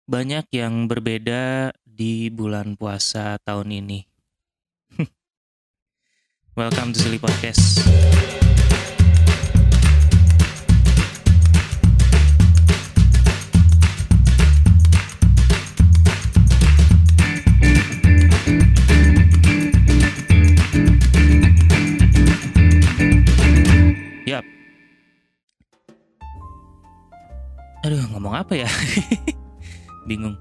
Banyak yang berbeda di bulan puasa tahun ini. Welcome to Silly Podcast. Yap. Aduh, ngomong apa ya? Bingung.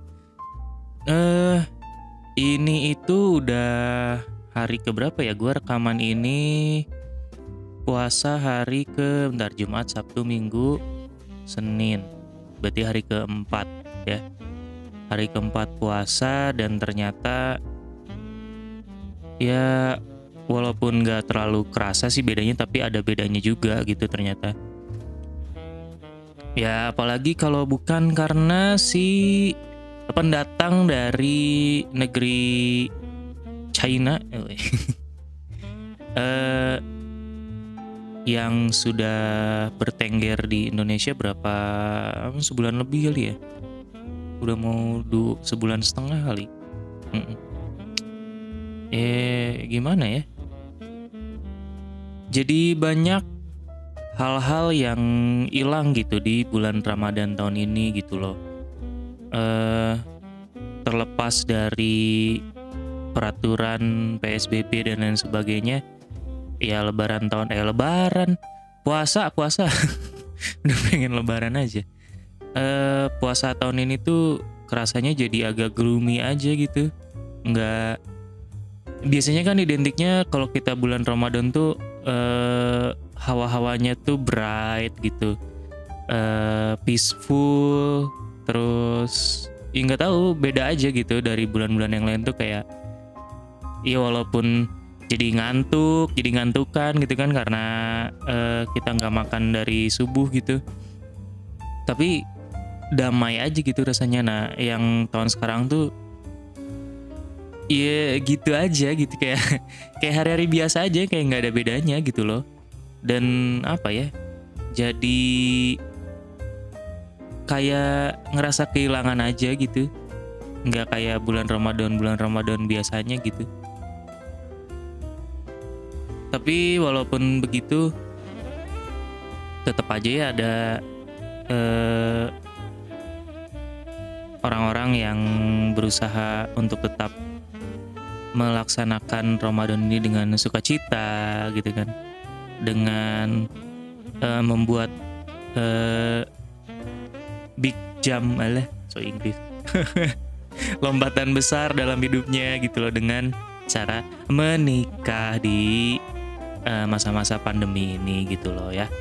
Ini itu udah hari keberapa ya? Gue rekaman ini puasa hari ke Jumat, Sabtu, Minggu, Senin. Berarti hari keempat ya. Hari keempat puasa dan ternyata ya walaupun gak terlalu kerasa sih bedanya, tapi ada bedanya juga gitu ternyata. Ya apalagi kalau bukan karena si pendatang dari negeri China yang sudah bertengger di Indonesia berapa sebulan lebih kali ya, udah mau sebulan setengah kali. Gimana ya, jadi banyak hal-hal yang hilang gitu di bulan Ramadan tahun ini gitu loh. Terlepas dari peraturan PSBB dan lain sebagainya, ya lebaran puasa udah pengen lebaran aja. Puasa tahun ini tuh kerasanya jadi agak gloomy aja gitu. Nggak, biasanya kan identiknya kalau kita bulan Ramadan tuh hawa-hawanya tuh bright gitu, peaceful, terus ya nggak tahu, beda aja gitu dari bulan-bulan yang lain tuh. Kayak ya walaupun jadi ngantukan gitu kan karena kita nggak makan dari subuh gitu, tapi damai aja gitu rasanya. Nah yang tahun sekarang tuh ya gitu aja gitu, kayak kayak hari-hari biasa aja, kayak nggak ada bedanya gitu loh. Dan apa ya, jadi kayak ngerasa kehilangan aja gitu, nggak kayak bulan Ramadan biasanya gitu. Tapi walaupun begitu, tetap aja ya ada orang-orang yang berusaha untuk tetap melaksanakan Ramadan ini dengan sukacita gitu kan, dengan membuat big jump, Inggris lompatan besar dalam hidupnya gitu loh, dengan cara menikah di masa-masa pandemi ini gitu loh ya.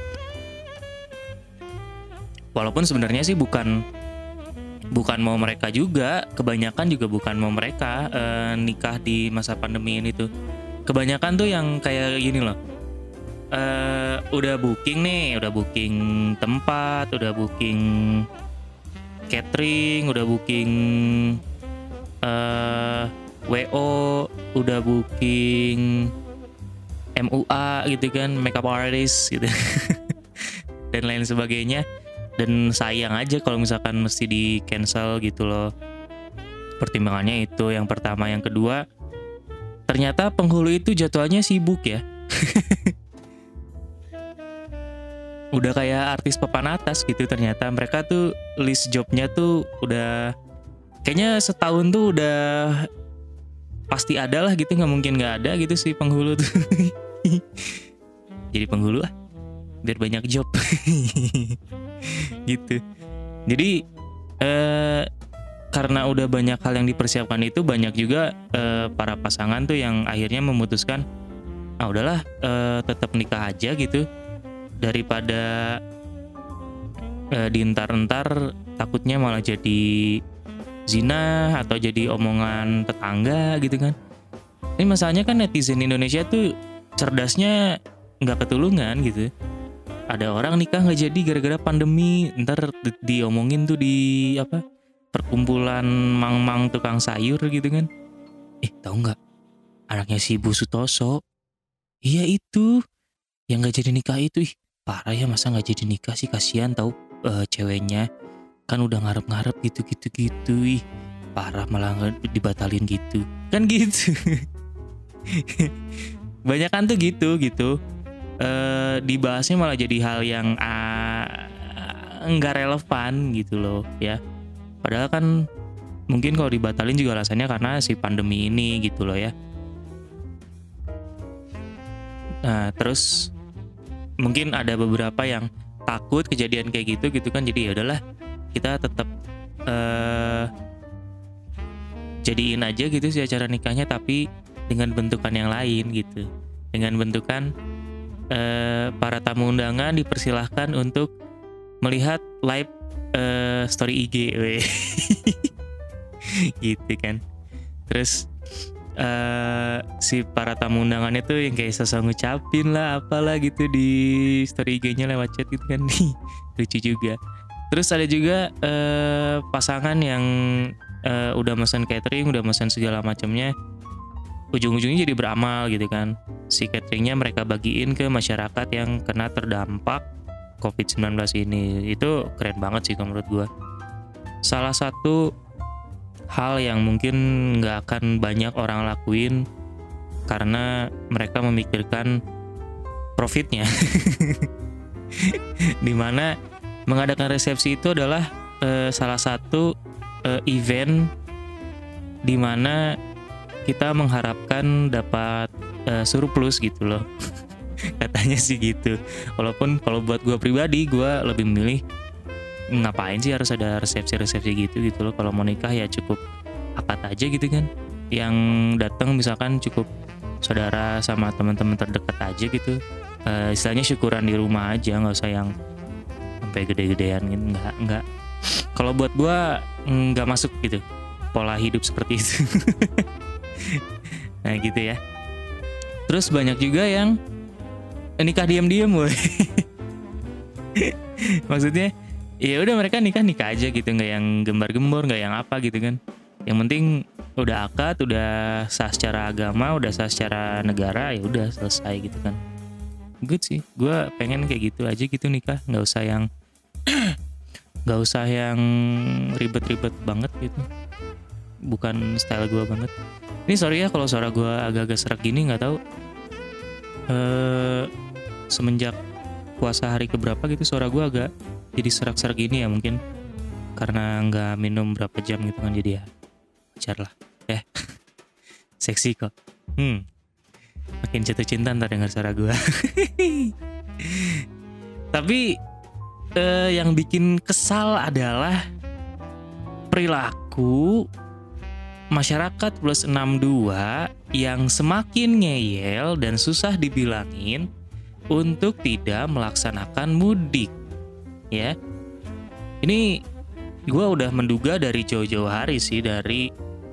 Walaupun sebenarnya sih bukan mau mereka juga, kebanyakan juga bukan mau mereka nikah di masa pandemi ini tuh. Kebanyakan tuh yang kayak gini loh, udah booking tempat, udah booking catering, udah booking WO, udah booking MUA gitu kan, makeup artist gitu dan lain sebagainya. Dan sayang aja kalau misalkan mesti di cancel gitu loh. Pertimbangannya itu yang pertama. Yang kedua, ternyata penghulu itu jadwalnya sibuk ya. Udah kayak artis papan atas gitu ternyata. Mereka tuh list jobnya tuh udah kayaknya setahun tuh udah pasti ada lah gitu, nggak mungkin nggak ada gitu sih penghulu tuh. Jadi penghulu biar banyak job gitu. Jadi karena udah banyak hal yang dipersiapkan itu, banyak juga para pasangan tuh yang akhirnya memutuskan udahlah tetap nikah aja gitu, daripada dientar-entar takutnya malah jadi zina atau jadi omongan tetangga gitu kan. Ini masalahnya kan netizen Indonesia tuh cerdasnya nggak ketulungan gitu. Ada orang nikah nggak jadi gara-gara pandemi, ntar diomongin tuh di perkumpulan mang-mang tukang sayur gitu kan. Tahu nggak, anaknya si Ibu Sutoso, iya itu yang nggak jadi nikah itu. Parah ya, masa nggak jadi nikah sih, kasihan tahu ceweknya. kan udah ngarep-ngarep gitu. Ih, parah malah dibatalin gitu. Kan gitu. Banyakan tuh gitu. Dibahasnya malah jadi hal yang nggak relevan gitu loh ya. Padahal kan mungkin kalau dibatalin juga alasannya karena si pandemi ini gitu loh ya. Nah, terus mungkin ada beberapa yang takut kejadian kayak gitu kan, jadi ya udahlah kita tetap jadiin aja gitu sih acara nikahnya, tapi dengan bentukan yang lain gitu. Dengan bentukan para tamu undangan dipersilahkan untuk melihat live story IG gitu kan. Terus si para tamu undangannya tuh yang kayak sosok ngucapin lah apalah gitu di story IG-nya lewat chat gitu kan. Lucu juga. Terus ada juga pasangan yang udah pesan catering, udah pesan segala macamnya, ujung-ujungnya jadi beramal gitu kan. Si cateringnya mereka bagiin ke masyarakat yang kena terdampak COVID-19 ini. Itu keren banget sih menurut gue. Salah satu hal yang mungkin nggak akan banyak orang lakuin karena mereka memikirkan profitnya. Dimana mengadakan resepsi itu adalah salah satu event dimana kita mengharapkan dapat surplus gitu loh. Katanya sih gitu. Walaupun kalau buat gue pribadi, gue lebih memilih ngapain sih harus ada resepsi gitu loh. Kalau mau nikah ya cukup akad aja gitu kan. Yang datang misalkan cukup saudara sama teman-teman terdekat aja gitu. Istilahnya syukuran di rumah aja, nggak usah yang sampai gede-gedean gitu. Nggak. Kalau buat gue nggak masuk gitu pola hidup seperti itu. Nah gitu ya. Terus banyak juga yang nikah diam-diam, woy. Maksudnya ya udah mereka nikah aja gitu, nggak yang gembar-gembor, nggak yang apa gitu kan. Yang penting udah akad, udah sah secara agama, udah sah secara negara, ya udah selesai gitu kan. Good sih, gue pengen kayak gitu aja gitu nikah, nggak usah yang ribet-ribet banget gitu. Bukan style gue banget. Ini sorry ya kalau suara gue agak-agak serak gini, nggak tahu. Semenjak puasa hari keberapa gitu suara gue agak jadi serak-serak gini ya, mungkin karena nggak minum berapa jam gitu kan, jadi ya wajar lah ya. Seksi kok. Makin jatuh cinta ntar denger suara gue. Tapi yang bikin kesal adalah perilaku masyarakat plus 62 yang semakin ngeyel dan susah dibilangin untuk tidak melaksanakan mudik. Ya, ini gue udah menduga dari jauh-jauh hari sih, dari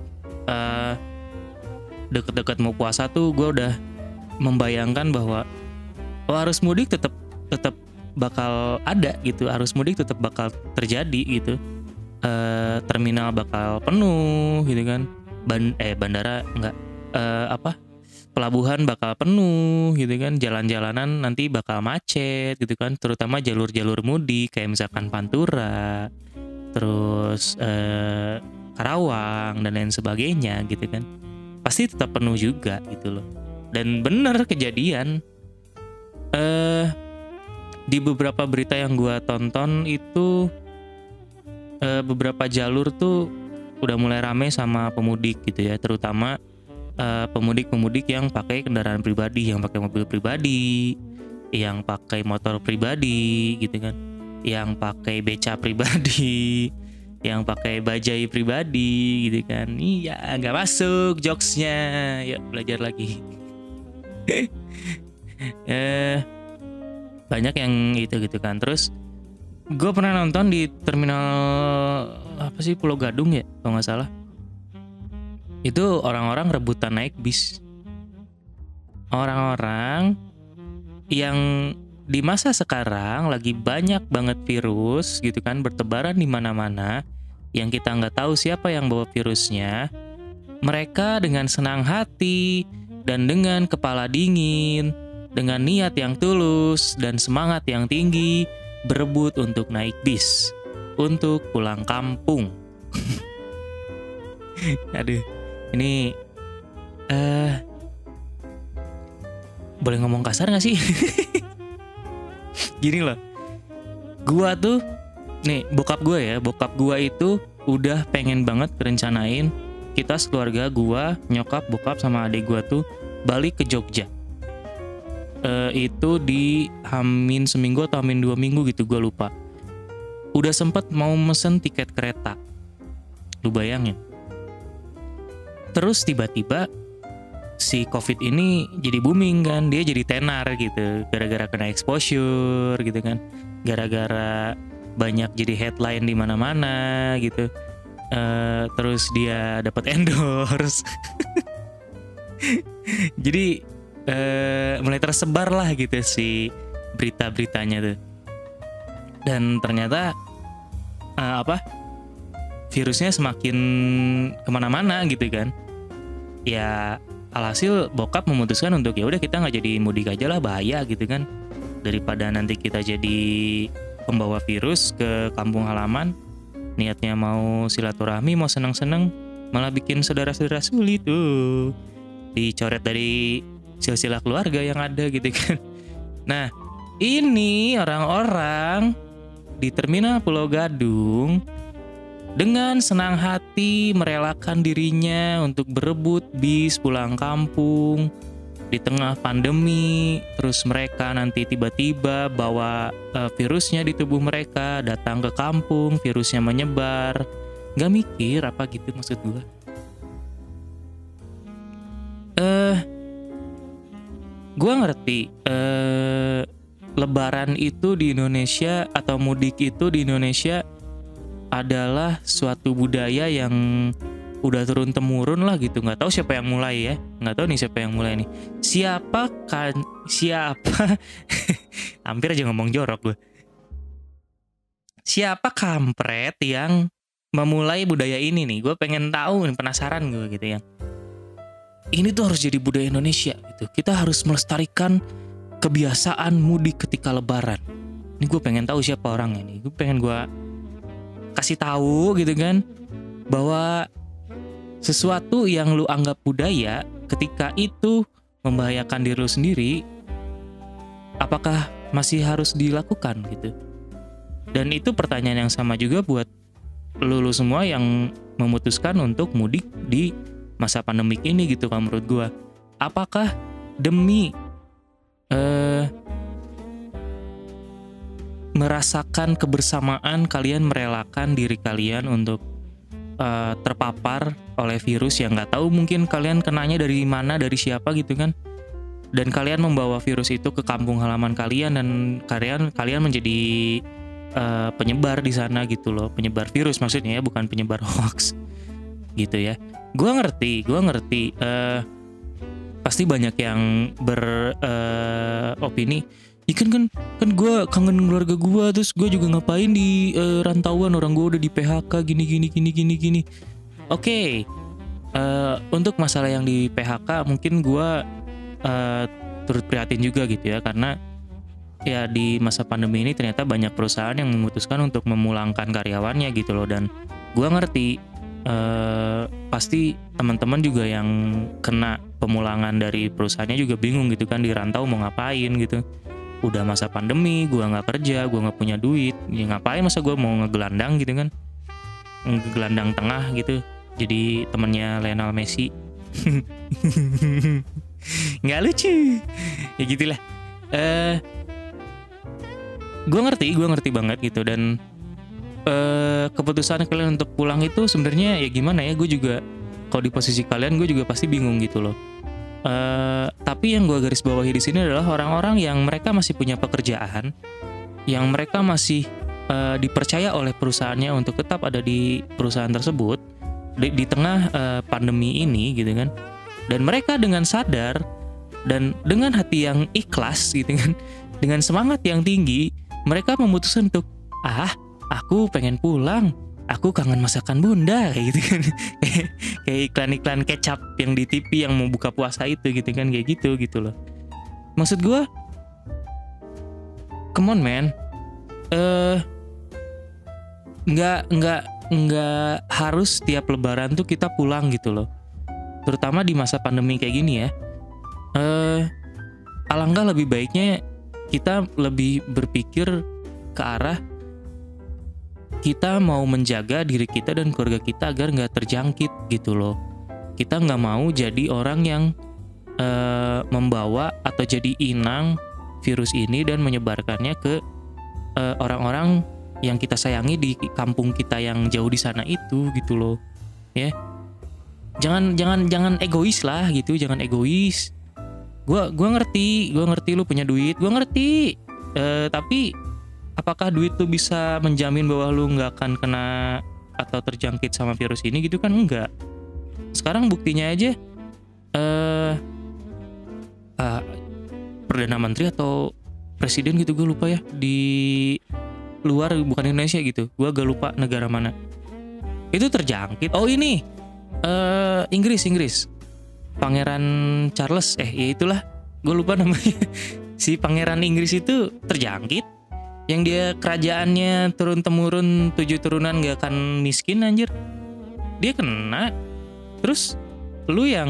deket-deket mau puasa tuh gue udah membayangkan bahwa arus mudik tetap bakal ada gitu, arus mudik tetap bakal terjadi gitu. Terminal bakal penuh gitu kan, bandara enggak, pelabuhan bakal penuh gitu kan, jalan-jalanan nanti bakal macet gitu kan, terutama jalur-jalur mudik kayak misalkan Pantura, terus Karawang dan lain sebagainya gitu kan, pasti tetap penuh juga gitu loh. Dan bener kejadian di beberapa berita yang gua tonton itu beberapa jalur tuh udah mulai rame sama pemudik gitu ya, terutama pemudik-pemudik yang pakai kendaraan pribadi, yang pakai mobil pribadi, yang pakai motor pribadi gitu kan, yang pakai beca pribadi, yang pakai bajai pribadi gitu kan. Iya, nggak masuk jokesnya, yuk belajar lagi. Banyak yang gitu kan. Terus gue pernah nonton di terminal apa sih, Pulau Gadung ya kalau nggak salah. Itu orang-orang rebutan naik bis. Orang-orang yang di masa sekarang lagi banyak banget virus gitu kan, bertebaran di mana-mana, yang kita nggak tahu siapa yang bawa virusnya. Mereka dengan senang hati dan dengan kepala dingin, dengan niat yang tulus dan semangat yang tinggi, berebut untuk naik bis, untuk pulang kampung. Aduh, ini boleh ngomong kasar gak sih? Gini loh, gua tuh nih bokap gua itu udah pengen banget rencanain kita sekeluarga, gua, nyokap, bokap sama adik gua tuh balik ke Jogja. Itu di Hamin seminggu atau Hamin 2 minggu gitu, gua lupa. Udah sempet mau mesen tiket kereta, lu bayangin. Terus tiba-tiba si COVID ini jadi booming kan, dia jadi tenar gitu, gara-gara kena exposure gitu kan, gara-gara banyak jadi headline di mana-mana gitu. Terus dia dapat endorse. Jadi mulai tersebar lah gitu si berita-beritanya tuh. Dan ternyata virusnya semakin kemana-mana gitu kan. Ya alhasil bokap memutuskan untuk ya udah kita nggak jadi mudik aja lah, bahaya gitu kan, daripada nanti kita jadi pembawa virus ke kampung halaman. Niatnya mau silaturahmi, mau seneng-seneng, malah bikin saudara-saudara sulit tuh, dicoret dari silsilah keluarga yang ada gitu kan. Nah ini orang-orang di Terminal Pulau Gadung dengan senang hati merelakan dirinya untuk berebut bis pulang kampung di tengah pandemi. Terus mereka nanti tiba-tiba bawa virusnya di tubuh mereka, datang ke kampung, virusnya menyebar. Gak mikir apa gitu maksud gue. Gue ngerti Lebaran itu di Indonesia atau mudik itu di Indonesia adalah suatu budaya yang udah turun temurun lah gitu. Nggak tahu siapa yang mulai ya, nggak tahu nih siapa yang mulai nih. Siapa hampir aja ngomong jorok gue. Siapa kampret yang memulai budaya ini nih? Gue pengen tahu, penasaran gue gitu ya. Ini tuh harus jadi budaya Indonesia gitu. Kita harus melestarikan kebiasaan mudik ketika Lebaran. Ini gue pengen tahu siapa orangnya nih. Gue pengen gue kasih tahu gitu kan, bahwa sesuatu yang lu anggap budaya ketika itu membahayakan diri lu sendiri, apakah masih harus dilakukan gitu? Dan itu pertanyaan yang sama juga buat lu semua yang memutuskan untuk mudik di masa pandemik ini gitu kan. Menurut gua, apakah demi merasakan kebersamaan kalian merelakan diri kalian untuk terpapar oleh virus yang nggak tahu mungkin kalian kenanya dari mana, dari siapa gitu kan, dan kalian membawa virus itu ke kampung halaman kalian dan kalian menjadi penyebar di sana gitu loh, penyebar virus maksudnya ya, bukan penyebar hoax gitu ya. Gua ngerti pasti banyak yang beropini, kan gue kangen keluarga gue, terus gue juga ngapain di rantauan, orang gue udah di PHK gini. Oke. Untuk masalah yang di PHK mungkin gue turut prihatin juga gitu ya, karena ya di masa pandemi ini ternyata banyak perusahaan yang memutuskan untuk memulangkan karyawannya gitu loh. Dan gue ngerti pasti teman-teman juga yang kena pemulangan dari perusahaannya juga bingung gitu kan, di rantau mau ngapain gitu. Udah masa pandemi, gue nggak kerja, gue nggak punya duit, ya ngapain masa gue mau ngegelandang gitu kan, ngegelandang tengah gitu, jadi temennya Lionel Messi. Nggak lucu, ya gitulah. Gue ngerti banget gitu. Dan keputusan kalian untuk pulang itu sebenarnya ya gimana ya, gue juga kalau di posisi kalian gue juga pasti bingung gitu loh. Tapi yang gue garis bawahi di sini adalah orang-orang yang mereka masih punya pekerjaan, yang mereka masih dipercaya oleh perusahaannya untuk tetap ada di perusahaan tersebut di tengah pandemi ini gitu kan. Dan mereka dengan sadar dan dengan hati yang ikhlas gitu kan, dengan semangat yang tinggi, mereka memutuskan untuk aku pengen pulang, aku kangen masakan bunda kayak gitu kan. Kayak iklan-iklan kecap yang di TV yang mau buka puasa itu gitu kan, kayak gitu loh. Maksud gue, come on man, nggak harus tiap lebaran tuh kita pulang gitu loh. Terutama di masa pandemi kayak gini ya. Alangkah lebih baiknya kita lebih berpikir ke arah kita mau menjaga diri kita dan keluarga kita agar nggak terjangkit gitu loh. Kita nggak mau jadi orang yang membawa atau jadi inang virus ini dan menyebarkannya ke orang-orang yang kita sayangi di kampung kita yang jauh di sana itu gitu loh. Ya. Jangan egois lah gitu, jangan egois. Gua ngerti lu punya duit, gua ngerti. Tapi apakah duit tuh bisa menjamin bahwa lu nggak akan kena atau terjangkit sama virus ini gitu kan? Enggak. Sekarang buktinya aja Perdana Menteri atau Presiden gitu gue lupa ya, di luar bukan Indonesia gitu, gue agak lupa negara mana itu terjangkit. Oh ini Inggris Pangeran Charles ya itulah, gue lupa namanya. Si Pangeran Inggris itu terjangkit, yang dia kerajaannya turun temurun 7 turunan gak akan miskin anjir, dia kena. Terus lu yang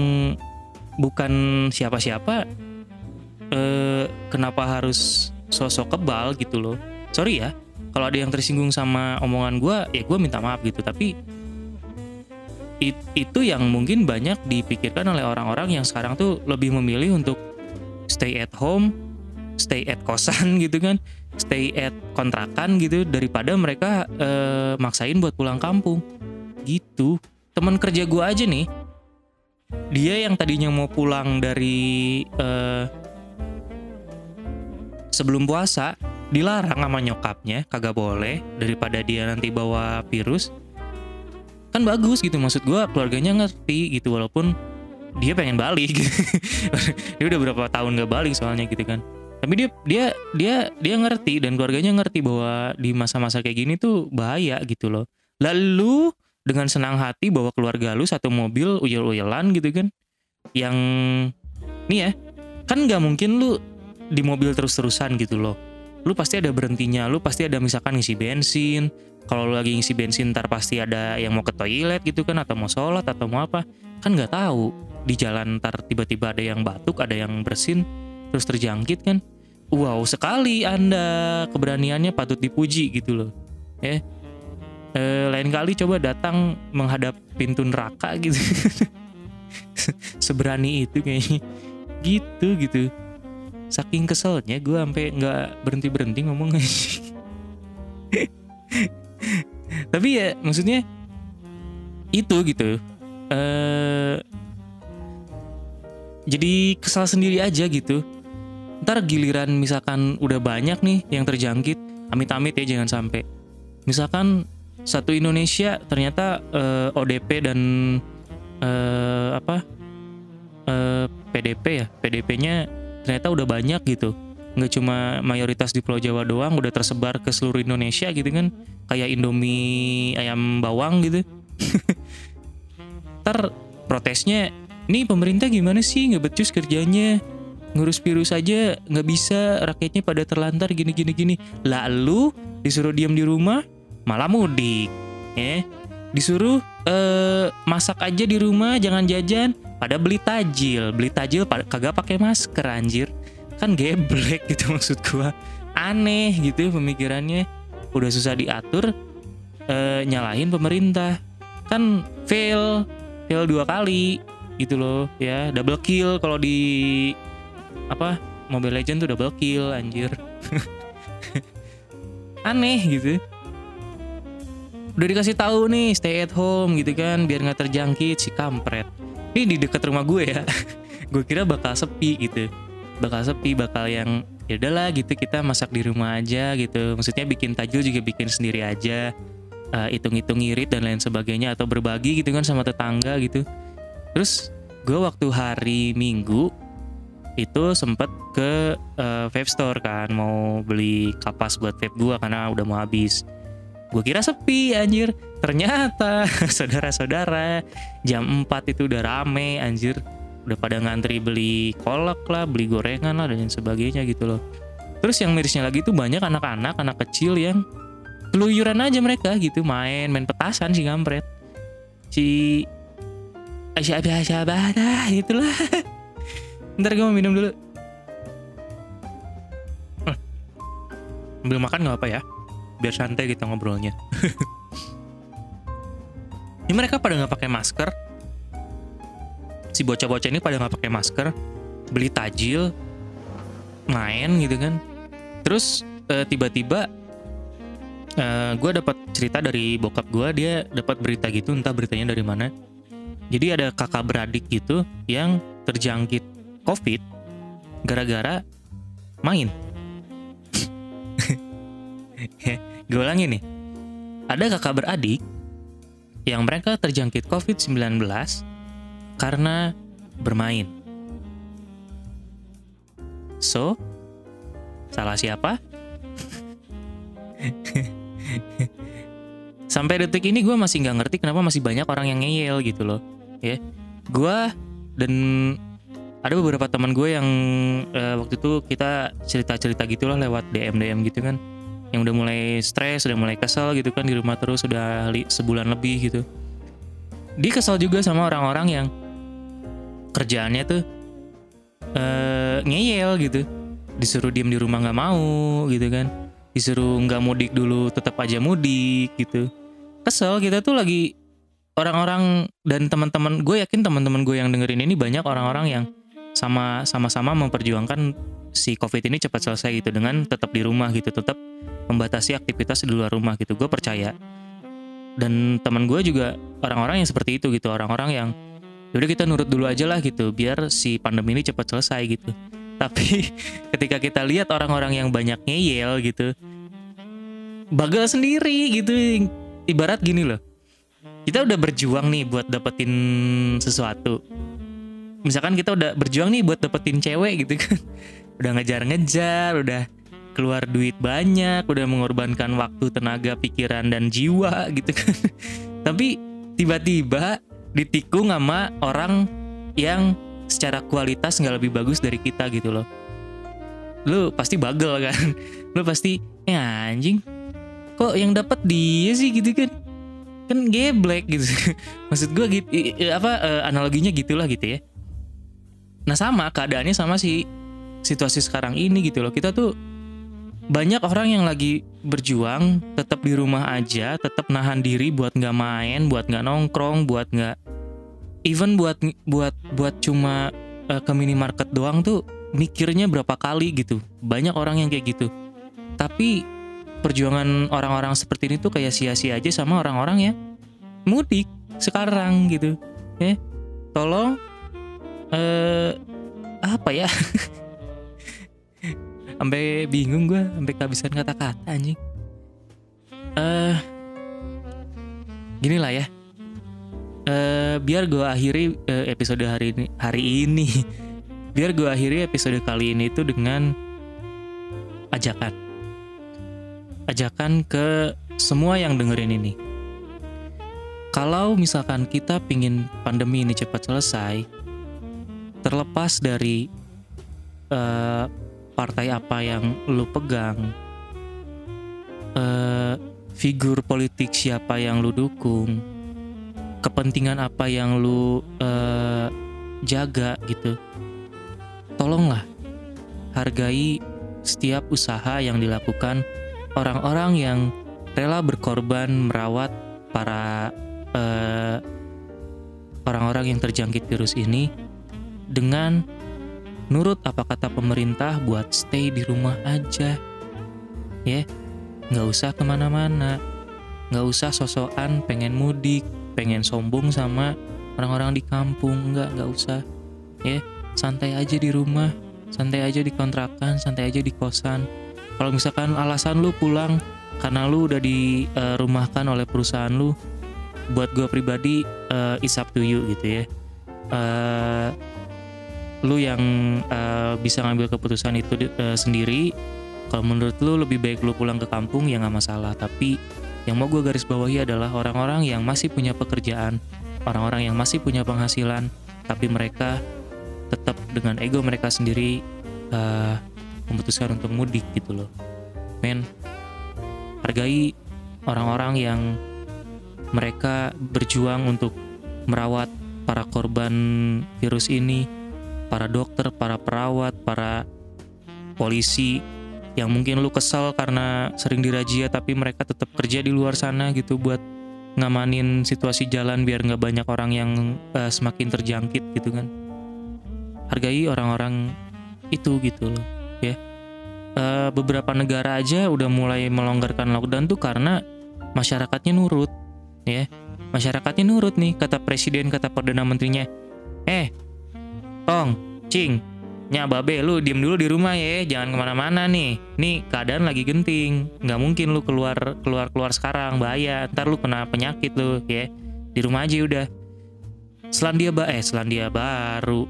bukan siapa-siapa kenapa harus sosok kebal gitu loh. Sorry ya kalau ada yang tersinggung sama omongan gue, ya gue minta maaf gitu. Tapi itu yang mungkin banyak dipikirkan oleh orang-orang yang sekarang tuh lebih memilih untuk stay at home, stay at kosan gitu kan, stay at kontrakan gitu, daripada mereka maksain buat pulang kampung gitu. Teman kerja gue aja nih, dia yang tadinya mau pulang dari sebelum puasa, dilarang sama nyokapnya, kagak boleh, daripada dia nanti bawa virus. Kan bagus gitu, maksud gue keluarganya ngerti gitu, walaupun dia pengen balik. Dia udah berapa tahun gak balik soalnya gitu kan. Tapi dia ngerti dan keluarganya ngerti bahwa di masa-masa kayak gini tuh bahaya gitu loh. Lalu dengan senang hati bawa keluarga lu satu mobil uyel-uyelan gitu kan, yang nih ya, kan nggak mungkin lu di mobil terus-terusan gitu loh. Lu pasti ada berhentinya, lu pasti ada misalkan ngisi bensin. Kalau lu lagi ngisi bensin ntar pasti ada yang mau ke toilet gitu kan, atau mau sholat atau mau apa, kan nggak tahu di jalan ntar tiba-tiba ada yang batuk, ada yang bersin terus terjangkit kan. Wow sekali Anda, keberaniannya patut dipuji gitu loh ya. Lain kali coba datang menghadap pintu neraka gitu. Seberani itu kayaknya gitu. Saking keselnya gue sampai nggak berhenti ngomong. Tapi ya maksudnya itu gitu. Jadi kesal sendiri aja gitu. Ntar giliran misalkan udah banyak nih yang terjangkit, amit-amit ya jangan sampai. Misalkan satu Indonesia ternyata ODP dan PDP-nya ternyata udah banyak gitu. Nggak cuma mayoritas di Pulau Jawa doang, udah tersebar ke seluruh Indonesia gitu kan. Kayak Indomie ayam bawang gitu. Ntar protesnya, nih pemerintah gimana sih nggak becus kerjanya, ngurus virus aja nggak bisa, rakyatnya pada terlantar gini. Lalu disuruh diam di rumah, malah mudik. Disuruh masak aja di rumah, jangan jajan, pada beli tajil kagak pakai masker anjir. Kan geblek gitu maksud gua. Aneh gitu pemikirannya. Udah susah diatur, nyalahin pemerintah. Kan fail 2 kali gitu loh ya. Double kill kalau di Mobile Legends tuh double kill anjir. Aneh gitu. Udah dikasih tahu nih stay at home gitu kan biar nggak terjangkit, si kampret. Ini di dekat rumah gue ya. Gue kira bakal sepi gitu. Bakal yang ya udahlah gitu, kita masak di rumah aja gitu. Maksudnya bikin tajil juga bikin sendiri aja. Hitung-hitung ngirit dan lain sebagainya, atau berbagi gitu kan sama tetangga gitu. Terus gue waktu hari Minggu itu sempet ke vape store kan, mau beli kapas buat vape gue karena udah mau habis. Gue kira sepi anjir, ternyata saudara-saudara jam 4 itu udah rame anjir, udah pada ngantri beli kolak lah, beli gorengan lah dan sebagainya gitu loh. Terus yang mirisnya lagi tuh banyak anak kecil yang keluyuran aja mereka gitu, main petasan si kampret. Si Asyabah dah itulah. Ntar gue mau minum dulu. Ambil makan gak apa ya, biar santai kita ngobrolnya. Ini mereka pada nggak pakai masker. Si bocah-bocah ini pada nggak pakai masker, beli tajil, main gitu kan. Terus tiba-tiba gue dapat cerita dari bokap gue, dia dapat berita gitu, entah beritanya dari mana. Jadi ada kakak beradik gitu yang terjangkit COVID gara-gara main. Gue ulangi nih, ada kakak beradik yang mereka terjangkit COVID-19 karena bermain. So, salah siapa? Sampai detik ini gue masih nggak ngerti kenapa masih banyak orang yang ngeyel gitu loh. Ya, gue dan ada beberapa teman gue yang waktu itu kita cerita-cerita gitulah lewat DM gitu kan, yang udah mulai stres, udah mulai kesel gitu kan di rumah terus udah sebulan lebih gitu. Dia kesel juga sama orang-orang yang kerjaannya tuh ngeyel gitu, disuruh diem di rumah nggak mau gitu kan, disuruh nggak mudik dulu tetap aja mudik gitu. Kesel, kita tuh lagi orang-orang dan teman-teman, gue yakin teman-teman gue yang dengerin ini banyak orang-orang yang sama-sama memperjuangkan si COVID ini cepat selesai gitu dengan tetap di rumah gitu, tetap membatasi aktivitas di luar rumah gitu. Gue percaya. Dan teman gue juga orang-orang yang seperti itu gitu, orang-orang yang yaudah kita nurut dulu aja lah gitu, biar si pandemi ini cepat selesai gitu. Tapi ketika kita lihat orang-orang yang banyak ngeyel gitu, bagel sendiri gitu. Ibarat gini loh, kita udah berjuang nih buat dapetin sesuatu. Misalkan kita udah berjuang nih buat dapetin cewek gitu kan, udah ngejar-ngejar, udah keluar duit banyak, udah mengorbankan waktu, tenaga, pikiran, dan jiwa gitu kan. Tapi tiba-tiba ditikung sama orang yang secara kualitas nggak lebih bagus dari kita gitu loh. Lu pasti bagel kan, lu pasti anjing, kok yang dapat dia sih gitu kan geblek gitu. Maksud gue gitu, analoginya gitulah gitu ya. Nah sama keadaannya sama si situasi sekarang ini gitu loh. Kita tuh banyak orang yang lagi berjuang tetap di rumah aja, tetap nahan diri buat nggak main, buat nggak nongkrong, buat nggak even buat cuma ke minimarket doang tuh mikirnya berapa kali gitu. Banyak orang yang kayak gitu. Tapi perjuangan orang-orang seperti ini tuh kayak sia-sia aja sama orang-orang yang mudik sekarang gitu. Tolong apa ya? Sampai bingung gue, sampai kehabisan kata-kata anjing. Gini lah ya. Biar gue akhiri episode hari ini. Biar gue akhiri episode kali ini itu dengan ajakan ke semua yang dengerin ini. Kalau misalkan kita pingin pandemi ini cepat selesai, terlepas dari partai apa yang lu pegang, figur politik siapa yang lu dukung, kepentingan apa yang lu jaga gitu, tolonglah hargai setiap usaha yang dilakukan orang-orang yang rela berkorban merawat para orang-orang yang terjangkit virus ini dengan nurut apa kata pemerintah buat stay di rumah aja ya, nggak usah kemana-mana, nggak usah sosokan pengen mudik, pengen sombong sama orang-orang di kampung, nggak usah ya, santai aja di rumah, santai aja di kontrakan, santai aja di kosan. Kalau misalkan alasan lu pulang karena lu udah dirumahkan oleh perusahaan lu, buat gue pribadi it's up to you gitu ya. Lu yang bisa ngambil keputusan itu sendiri. Kalau menurut lu lebih baik lu pulang ke kampung ya nggak masalah. Tapi yang mau gue garis bawahi adalah orang-orang yang masih punya pekerjaan, orang-orang yang masih punya penghasilan, tapi mereka tetap dengan ego mereka sendiri memutuskan untuk mudik gitu loh. Men, hargai orang-orang yang mereka berjuang untuk merawat para korban virus ini, para dokter, para perawat, para polisi yang mungkin lu kesel karena sering dirazia tapi mereka tetap kerja di luar sana gitu buat ngamanin situasi jalan biar nggak banyak orang yang semakin terjangkit gitu kan. Hargai orang-orang itu gitu loh ya. Beberapa negara aja udah mulai melonggarkan lockdown tuh karena masyarakatnya nurut ya. Masyarakatnya nurut nih, kata presiden, kata perdana menterinya, Tong, Cing, nya babe lu diem dulu di rumah ya, jangan kemana-mana nih keadaan lagi genting, nggak mungkin lu keluar sekarang, bahaya, ntar lu kena penyakit lu ya, di rumah aja udah. Selandia Baru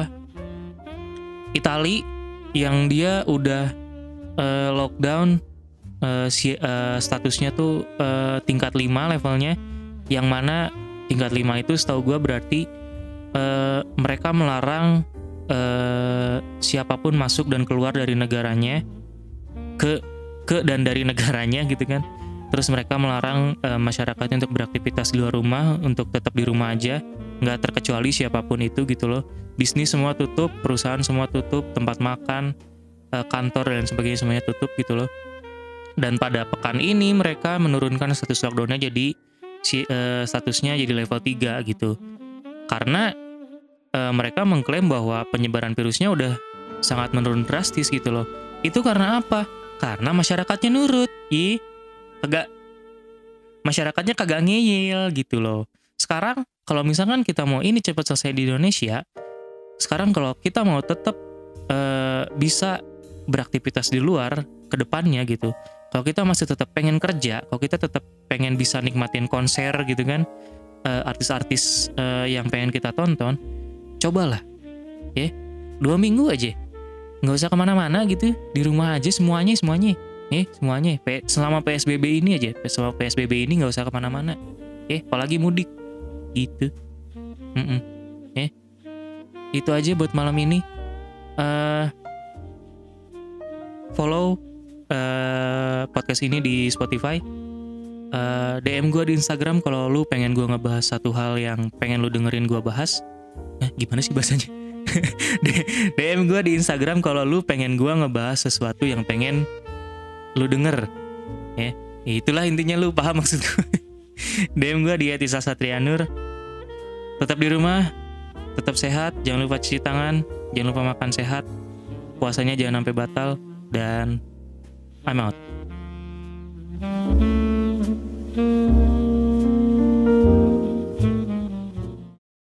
Itali yang dia udah lockdown statusnya tuh tingkat 5 levelnya, yang mana tingkat 5 itu setahu gue berarti mereka melarang siapapun masuk dan keluar dari negaranya ke dan dari negaranya gitu kan. Terus mereka melarang masyarakatnya untuk beraktivitas di luar rumah, untuk tetap di rumah aja, nggak terkecuali siapapun itu gitu loh. Bisnis semua tutup, perusahaan semua tutup, tempat makan, kantor dan sebagainya semuanya tutup gitu loh. Dan pada pekan ini mereka menurunkan status lockdownnya jadi statusnya jadi level 3 gitu. Karena mereka mengklaim bahwa penyebaran virusnya udah sangat menurun drastis gitu loh. Itu karena apa? Karena masyarakatnya nurut. Masyarakatnya kagak ngeyel gitu loh. Sekarang kalau misalkan kita mau ini cepat selesai di Indonesia, sekarang kalau kita mau tetap bisa beraktivitas di luar ke depannya gitu, kalau kita masih tetap pengen kerja, kalau kita tetap pengen bisa nikmatin konser gitu kan, artis-artis yang pengen kita tonton, cobalah ya 2 minggu aja nggak usah kemana-mana gitu, di rumah aja semuanya selama PSBB ini aja, selama PSBB ini nggak usah kemana-mana apalagi mudik gitu. Itu aja buat malam ini. Follow podcast ini di Spotify, DM gue di Instagram kalau lu pengen gue ngebahas satu hal yang pengen lu dengerin gue bahas. Gimana sih bahasanya? DM gue di Instagram kalau lu pengen gue ngebahas sesuatu yang pengen lu denger ya. Itulah intinya, lu paham maksud gue. DM gue di @isasatrianur. Tetap di rumah, tetap sehat, jangan lupa cuci tangan, jangan lupa makan sehat, puasanya jangan sampai batal, dan I'm out.